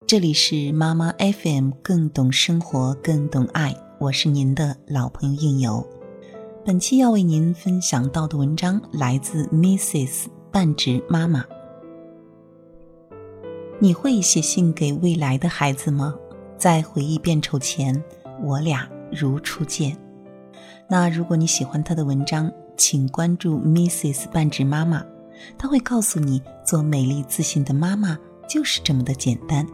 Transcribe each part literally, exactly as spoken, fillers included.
这里是妈妈 F M， 更懂生活，更懂爱，我是您的老朋友应由。本期要为您分享到的文章来自 Missus 半职妈妈。你会写信给未来的孩子吗？在回忆变丑前，我俩如初见。那如果你喜欢她的文章，请关注 Missus 半职妈妈，她会告诉你，做美丽自信的妈妈就是这么的简单。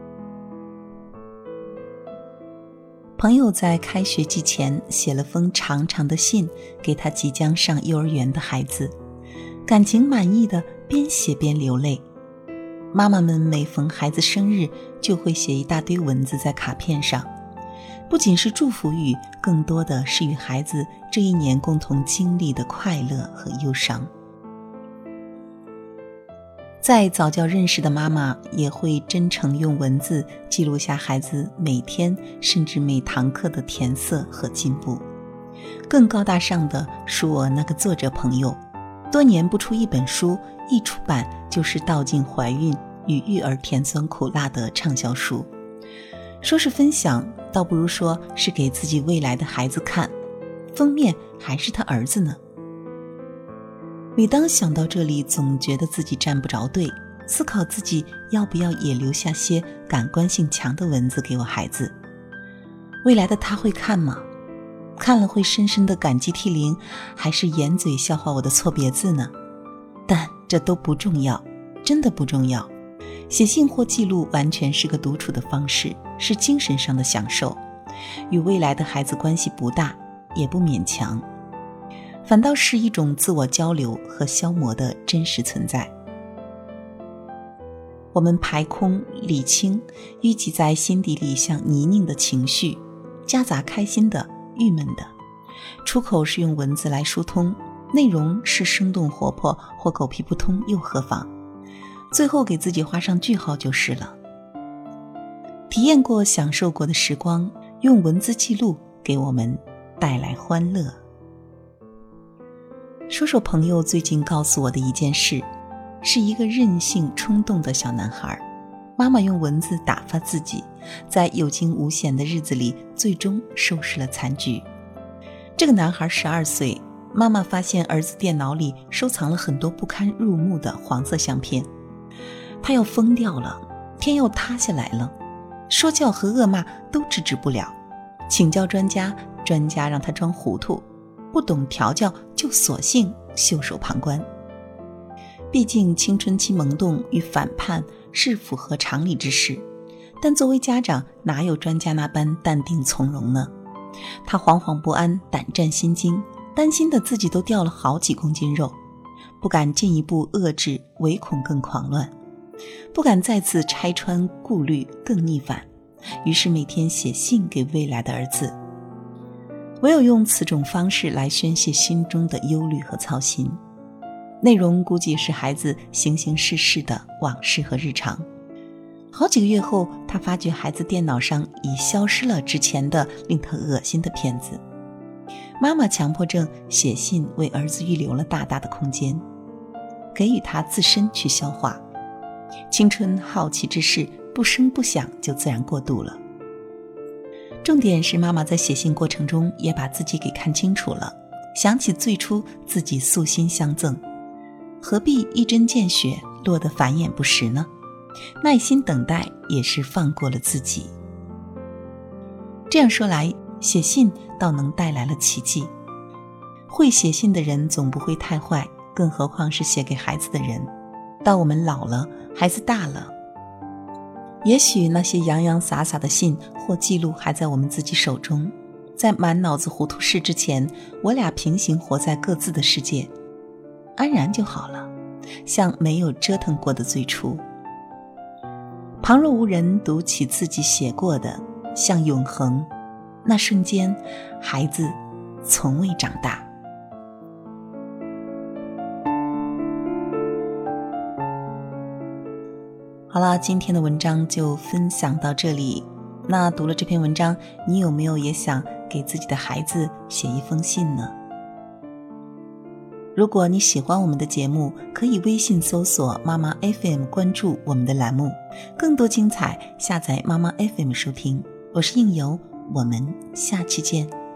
朋友在开学季前写了封长长的信给他即将上幼儿园的孩子，感情满意的边写边流泪。妈妈们每逢孩子生日就会写一大堆文字在卡片上，不仅是祝福语，更多的是与孩子这一年共同经历的快乐和忧伤。在早教认识的妈妈也会真诚用文字记录下孩子每天甚至每堂课的填色和进步。更高大上的是我那个作者朋友，多年不出一本书，一出版就是道尽怀孕与育儿甜酸苦辣的畅销书。说是分享，倒不如说是给自己未来的孩子看，封面还是他儿子呢。每当想到这里，总觉得自己站不着队，思考自己要不要也留下些感官性强的文字给我孩子。未来的他会看吗？看了会深深的感激涕零，还是掩嘴笑话我的错别字呢？但这都不重要，真的不重要。写信或记录完全是个独处的方式，是精神上的享受，与未来的孩子关系不大，也不勉强，反倒是一种自我交流和消磨的真实存在。我们排空理清淤积在心底里像泥泞的情绪，夹杂开心的、郁闷的，出口是用文字来疏通，内容是生动活泼或狗屁不通又何妨，最后给自己画上句号就是了。体验过享受过的时光，用文字记录给我们带来欢乐。说说朋友最近告诉我的一件事，是一个任性冲动的小男孩，妈妈用文字打发自己，在有惊无险的日子里最终收拾了残局。这个男孩十二岁，妈妈发现儿子电脑里收藏了很多不堪入目的黄色相片，他要疯掉了，天要塌下来了，说教和恶骂都制止不了，请教专家，专家让他装糊涂，不懂调教就索性袖手旁观。毕竟青春期萌动与反叛是符合常理之事，但作为家长哪有专家那般淡定从容呢？他惶惶不安，胆战心惊，担心的自己都掉了好几公斤肉，不敢进一步遏制，唯恐更狂乱，不敢再次拆穿顾虑，更逆反，于是每天写信给未来的儿子，唯有用此种方式来宣泄心中的忧虑和操心。内容估计是孩子形形世世的往事和日常。好几个月后，他发觉孩子电脑上已消失了之前的令他恶心的片子。妈妈强迫症写信为儿子预留了大大的空间，给予他自身去消化。青春好奇之事，不声不响就自然过渡了。重点是妈妈在写信过程中也把自己给看清楚了，想起最初自己素心相赠，何必一针见血，落得繁衍不实呢？耐心等待也是放过了自己。这样说来，写信倒能带来了奇迹。会写信的人总不会太坏，更何况是写给孩子的人。到我们老了，孩子大了，也许那些洋洋洒洒的信或记录还在我们自己手中，在满脑子糊涂事之前，我俩平行活在各自的世界，安然就好了，像没有折腾过的最初。旁若无人读起自己写过的，像永恒，那瞬间孩子从未长大。好了，今天的文章就分享到这里。那读了这篇文章，你有没有也想给自己的孩子写一封信呢？ 如果你喜欢我们的节目，可以微信搜索妈妈 F M 关注我们的栏目，更多精彩下载妈妈 F M 收听。我是应由，我们下期见。